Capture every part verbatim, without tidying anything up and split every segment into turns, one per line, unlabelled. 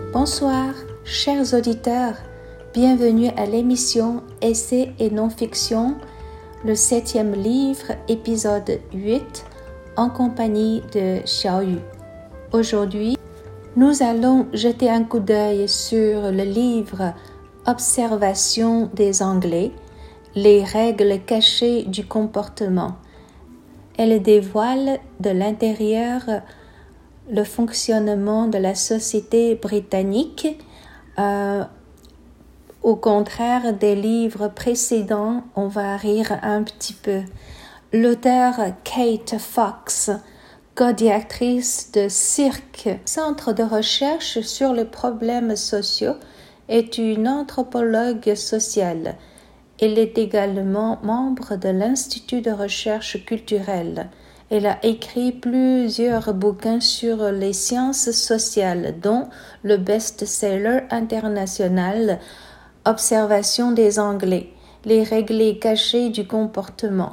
Bonsoir, chers auditeurs. Bienvenue à l'émission Essais et non-fiction, le septième livre, épisode huit, en compagnie de Xiaoyu. Aujourd'hui, nous allons jeter un coup d'œil sur le livre Observation des Anglais, les règles cachées du comportement. Elle dévoile de l'intérieur le fonctionnement de la société britannique, euh, au contraire des livres précédents, on va rire un petit peu. L'auteur Kate Fox, co-directrice de Cirque, centre de recherche sur les problèmes sociaux, est une anthropologue sociale. Elle est également membre de l'Institut de recherche culturelle. Elle a écrit plusieurs bouquins sur les sciences sociales, dont le best-seller international Observation des Anglais, les règles cachées du comportement,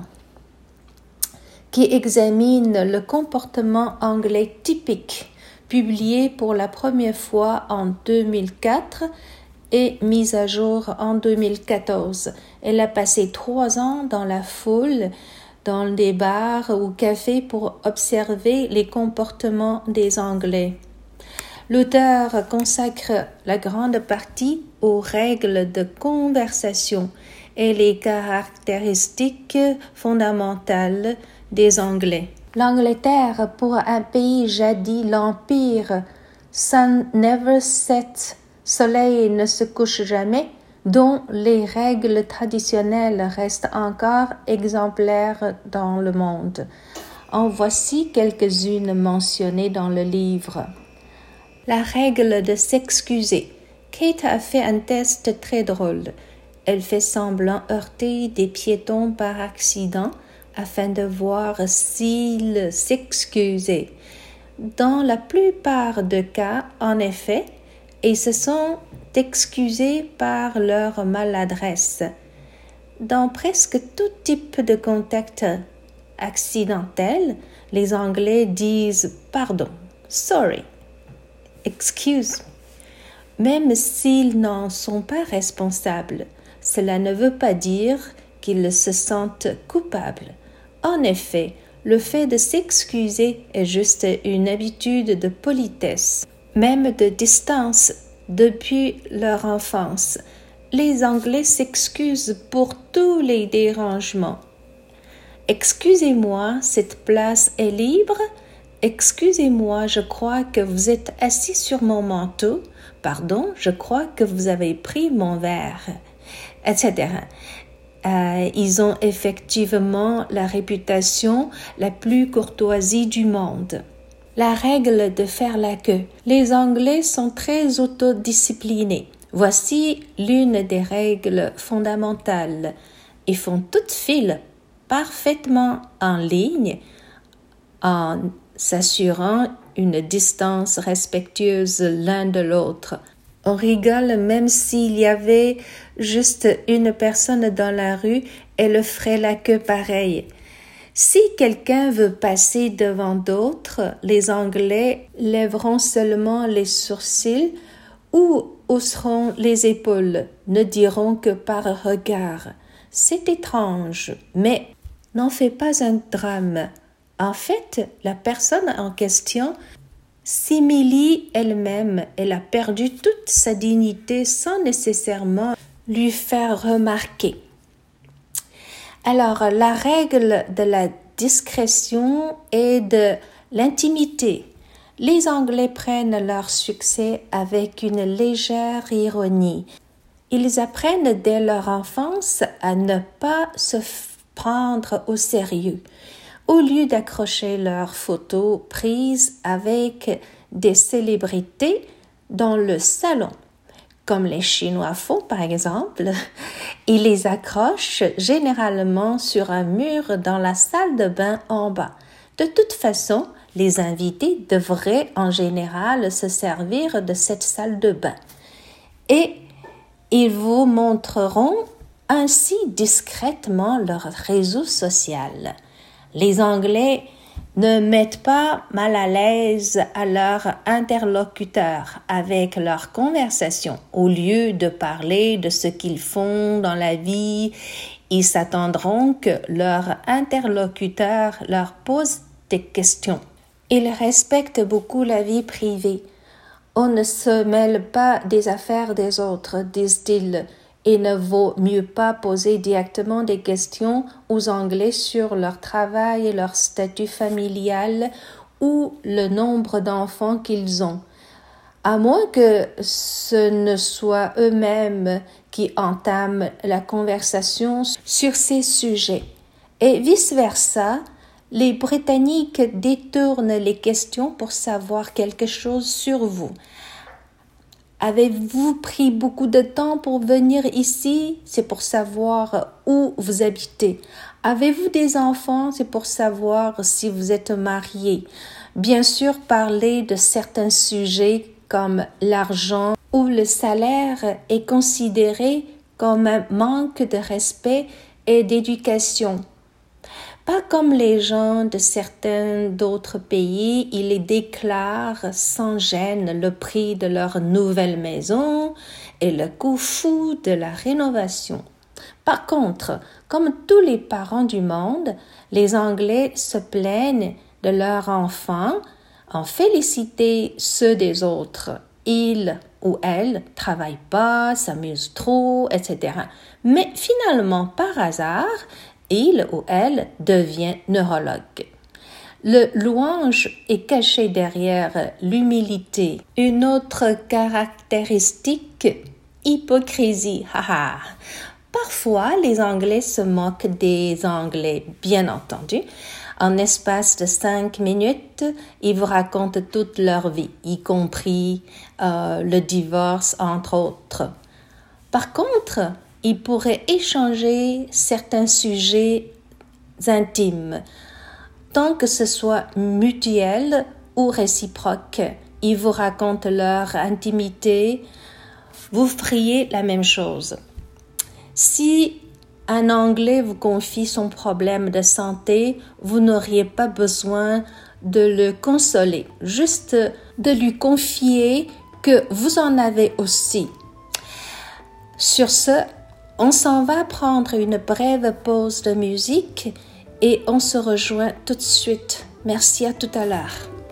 qui examine le comportement anglais typique, publié pour la première fois en deux mille quatre et mise à jour en deux mille quatorze. Elle a passé trois ans dans la foule, dans des bars ou cafés pour observer les comportements des Anglais. L'auteur consacre la grande partie aux règles de conversation et les caractéristiques fondamentales des Anglais. L'Angleterre, pour un pays jadis l'Empire, sun never set, soleil ne se couche jamais, dont les règles traditionnelles restent encore exemplaires dans le monde. En voici quelques-unes mentionnées dans le livre. La règle de s'excuser. Kate a fait un test très drôle. Elle fait semblant heurter des piétons par accident afin de voir s'ils s'excusaient. Dans la plupart des cas, en effet, ils se sont excusés par leur maladresse. Dans presque tout type de contact accidentel, les Anglais disent « pardon »,« sorry »,« excuse ». Même s'ils n'en sont pas responsables, cela ne veut pas dire qu'ils se sentent coupables. En effet, le fait de s'excuser est juste une habitude de politesse, même de distance. Depuis leur enfance, les Anglais s'excusent pour tous les dérangements. Excusez-moi, cette place est libre. Excusez-moi, je crois que vous êtes assis sur mon manteau. Pardon, je crois que vous avez pris mon verre, et cetera. Euh, ils ont effectivement la réputation la plus courtoisie du monde. La règle de faire la queue. Les Anglais sont très autodisciplinés. Voici l'une des règles fondamentales. Ils font toute file parfaitement en ligne en s'assurant une distance respectueuse l'un de l'autre. On rigole même s'il y avait juste une personne dans la rue, elle ferait la queue pareille. Si quelqu'un veut passer devant d'autres, les Anglais lèveront seulement les sourcils ou hausseront les épaules, ne diront que par regard. C'est étrange, mais n'en fait pas un drame. En fait, la personne en question s'humilie elle-même. Elle a perdu toute sa dignité sans nécessairement lui faire remarquer. Alors, la règle de la discrétion et de l'intimité. Les Anglais prennent leur succès avec une légère ironie. Ils apprennent dès leur enfance à ne pas se prendre au sérieux. Au lieu d'accrocher leurs photos prises avec des célébrités dans le salon, comme les Chinois font par exemple, ils les accrochent généralement sur un mur dans la salle de bain en bas. De toute façon, les invités devraient en général se servir de cette salle de bain. Et ils vous montreront ainsi discrètement leur réseau social. Les Anglais ne mettent pas mal à l'aise à leur interlocuteur avec leur conversation. Au lieu de parler de ce qu'ils font dans la vie, ils s'attendront que leur interlocuteur leur pose des questions. Ils respectent beaucoup la vie privée. On ne se mêle pas des affaires des autres, disent-ils. Il ne vaut mieux pas poser directement des questions aux Anglais sur leur travail, leur statut familial ou le nombre d'enfants qu'ils ont, à moins que ce ne soit eux-mêmes qui entament la conversation sur ces sujets. Et vice-versa, les Britanniques détournent les questions pour savoir quelque chose sur vous. Avez-vous pris beaucoup de temps pour venir ici? C'est pour savoir où vous habitez. Avez-vous des enfants? C'est pour savoir si vous êtes marié. Bien sûr, parler de certains sujets comme l'argent ou le salaire est considéré comme un manque de respect et d'éducation. Pas comme les gens de certains d'autres pays, ils déclarent sans gêne le prix de leur nouvelle maison et le coût fou de la rénovation. Par contre, comme tous les parents du monde, les Anglais se plaignent de leurs enfants en félicitant ceux des autres. Ils ou elles travaillent pas, s'amusent trop, et cetera. Mais finalement, par hasard, il ou elle devient neurologue. Le louange est caché derrière l'humilité. Une autre caractéristique, hypocrisie. Haha. Parfois, les Anglais se moquent des Anglais, bien entendu. En espace de cinq minutes, ils vous racontent toute leur vie, y compris euh, le divorce, entre autres. Par contre, ils pourraient échanger certains sujets intimes. Tant que ce soit mutuel ou réciproque, ils vous racontent leur intimité, vous feriez la même chose. Si un Anglais vous confie son problème de santé, vous n'auriez pas besoin de le consoler, juste de lui confier que vous en avez aussi. Sur ce, on s'en va prendre une brève pause de musique et on se rejoint tout de suite. Merci, à tout à l'heure.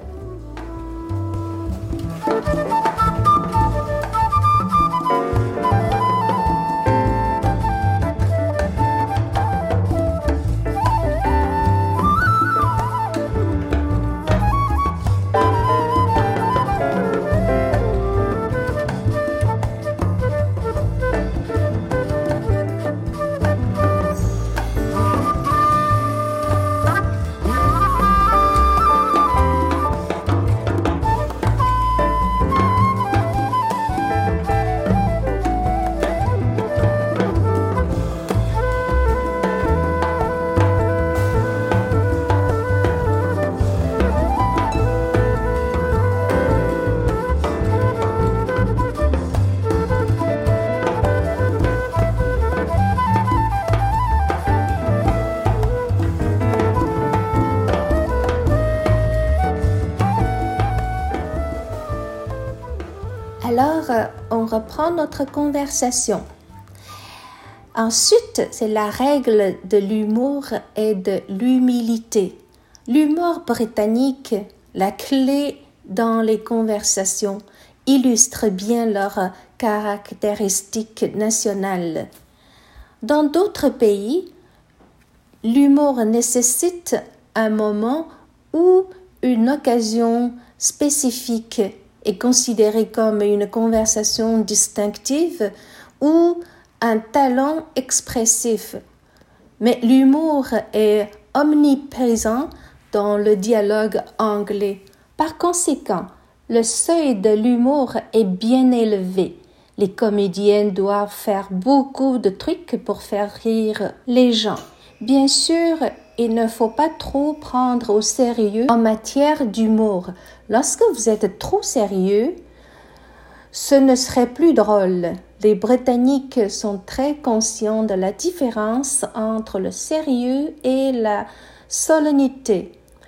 Alors, on reprend notre conversation. Ensuite, c'est la règle de l'humour et de l'humilité. L'humour britannique, la clé dans les conversations, illustre bien leurs caractéristiques nationales. Dans d'autres pays, l'humour nécessite un moment ou une occasion spécifique est considérée comme une conversation distinctive ou un talent expressif. Mais l'humour est omniprésent dans le dialogue anglais. Par conséquent, le seuil de l'humour est bien élevé. Les comédiennes doivent faire beaucoup de trucs pour faire rire les gens. Bien sûr, il ne faut pas trop prendre au sérieux en matière d'humour. Lorsque vous êtes trop sérieux, ce ne serait plus drôle. Les Britanniques sont très conscients de la différence entre le sérieux et la solennité.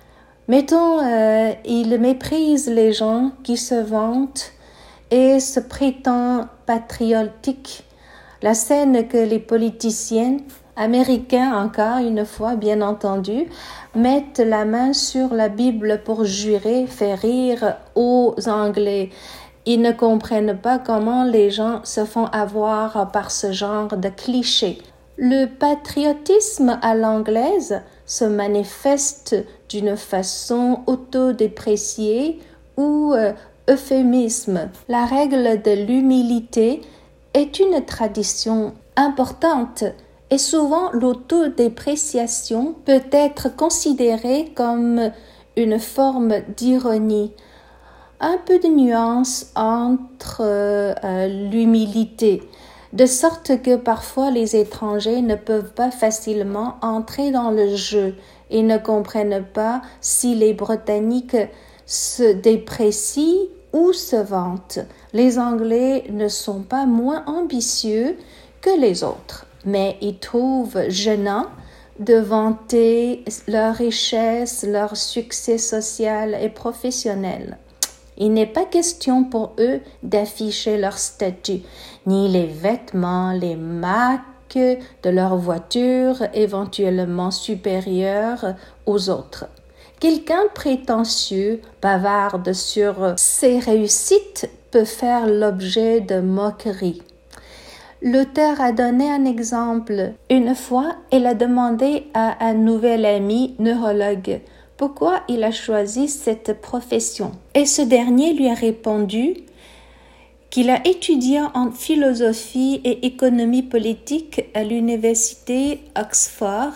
Mettons, euh, il méprise les gens qui se vantent et se prétendent patriotiques. La scène que les politiciens américains, encore une fois, bien entendu, mettent la main sur la Bible pour jurer, fait rire aux Anglais. Ils ne comprennent pas comment les gens se font avoir par ce genre de clichés. Le patriotisme à l'anglaise se manifeste d'une façon autodépréciée ou euh, euphémisme. La règle de l'humilité est une tradition importante et souvent l'autodépréciation peut être considérée comme une forme d'ironie. Un peu de nuance entre euh, l'humilité, de sorte que parfois les étrangers ne peuvent pas facilement entrer dans le jeu et ne comprennent pas si les Britanniques se déprécient ou se vantent. Les Anglais ne sont pas moins ambitieux que les autres, mais ils trouvent gênant de vanter leur richesse, leur succès social et professionnel. Il n'est pas question pour eux d'afficher leur statut, ni les vêtements, les marques de leur voiture éventuellement supérieures aux autres. Quelqu'un prétentieux bavarde sur ses réussites peut faire l'objet de moqueries. L'auteur a donné un exemple. Une fois, elle a demandé à un nouvel ami neurologue pourquoi il a choisi cette profession. Et ce dernier lui a répondu qu'il a étudié en philosophie et économie politique à l'université Oxford.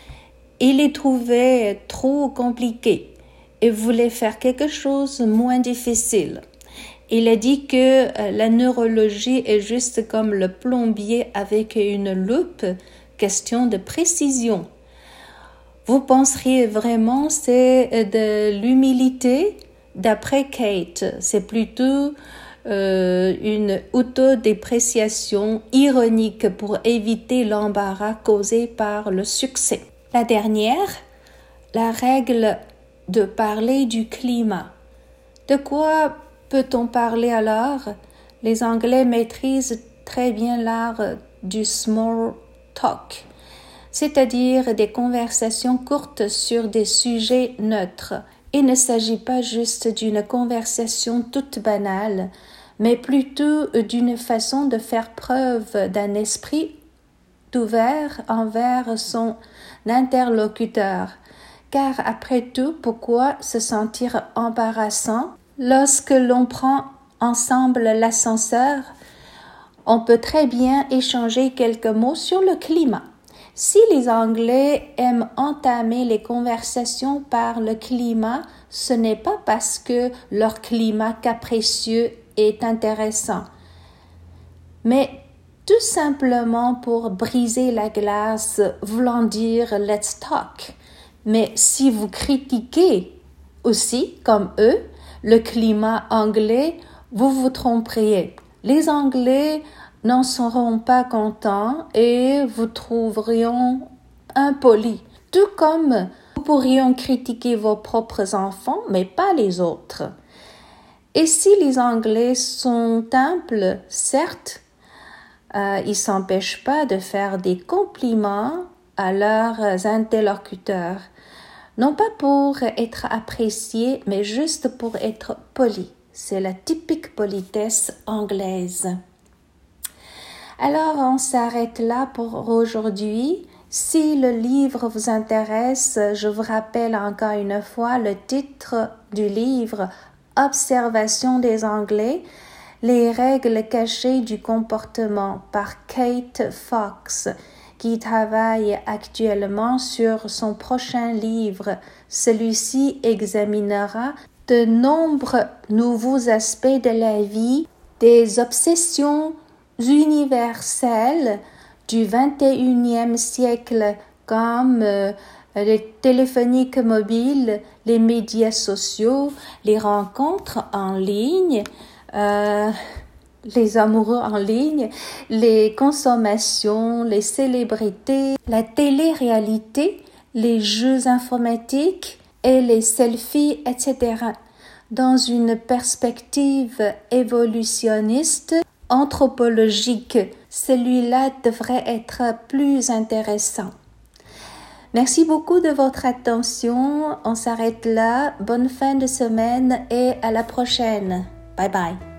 Il les trouvait trop compliqués et voulait faire quelque chose de moins difficile. Il a dit que la neurologie est juste comme le plombier avec une loupe, question de précision. Vous penseriez vraiment c'est de l'humilité? D'après Kate, c'est plutôt euh, une autodépréciation ironique pour éviter l'embarras causé par le succès. La dernière, la règle de parler du climat. De quoi peut-on parler alors? Les Anglais maîtrisent très bien l'art du small talk, c'est-à-dire des conversations courtes sur des sujets neutres. Il ne s'agit pas juste d'une conversation toute banale, mais plutôt d'une façon de faire preuve d'un esprit ouvert envers son interlocuteur. Car après tout, pourquoi se sentir embarrassant? Lorsque l'on prend ensemble l'ascenseur, on peut très bien échanger quelques mots sur le climat. Si les Anglais aiment entamer les conversations par le climat, ce n'est pas parce que leur climat capricieux est intéressant, mais tout simplement pour briser la glace, voulant dire « let's talk ». Mais si vous critiquez aussi, comme eux, le climat anglais, vous vous tromperiez. Les Anglais n'en seront pas contents et vous trouverions impoli. Tout comme vous pourriez critiquer vos propres enfants, mais pas les autres. Et si les Anglais sont simples, certes, euh, ils ne s'empêchent pas de faire des compliments à leurs interlocuteurs. Non pas pour être appréciés, mais juste pour être polis. C'est la typique politesse anglaise. Alors, on s'arrête là pour aujourd'hui. Si le livre vous intéresse, je vous rappelle encore une fois le titre du livre « Observation des Anglais, les règles cachées du comportement » par Kate Fox, qui travaille actuellement sur son prochain livre. Celui-ci examinera de nombreux nouveaux aspects de la vie, des obsessions universelles du vingt et unième siècle comme euh, les téléphoniques mobiles, les médias sociaux, les rencontres en ligne, euh, les amoureux en ligne, les consommations, les célébrités, la télé-réalité, les jeux informatiques et les selfies, et cetera. Dans une perspective évolutionniste, anthropologique, celui-là devrait être plus intéressant. Merci beaucoup de votre attention. On s'arrête là. Bonne fin de semaine et à la prochaine. Bye bye.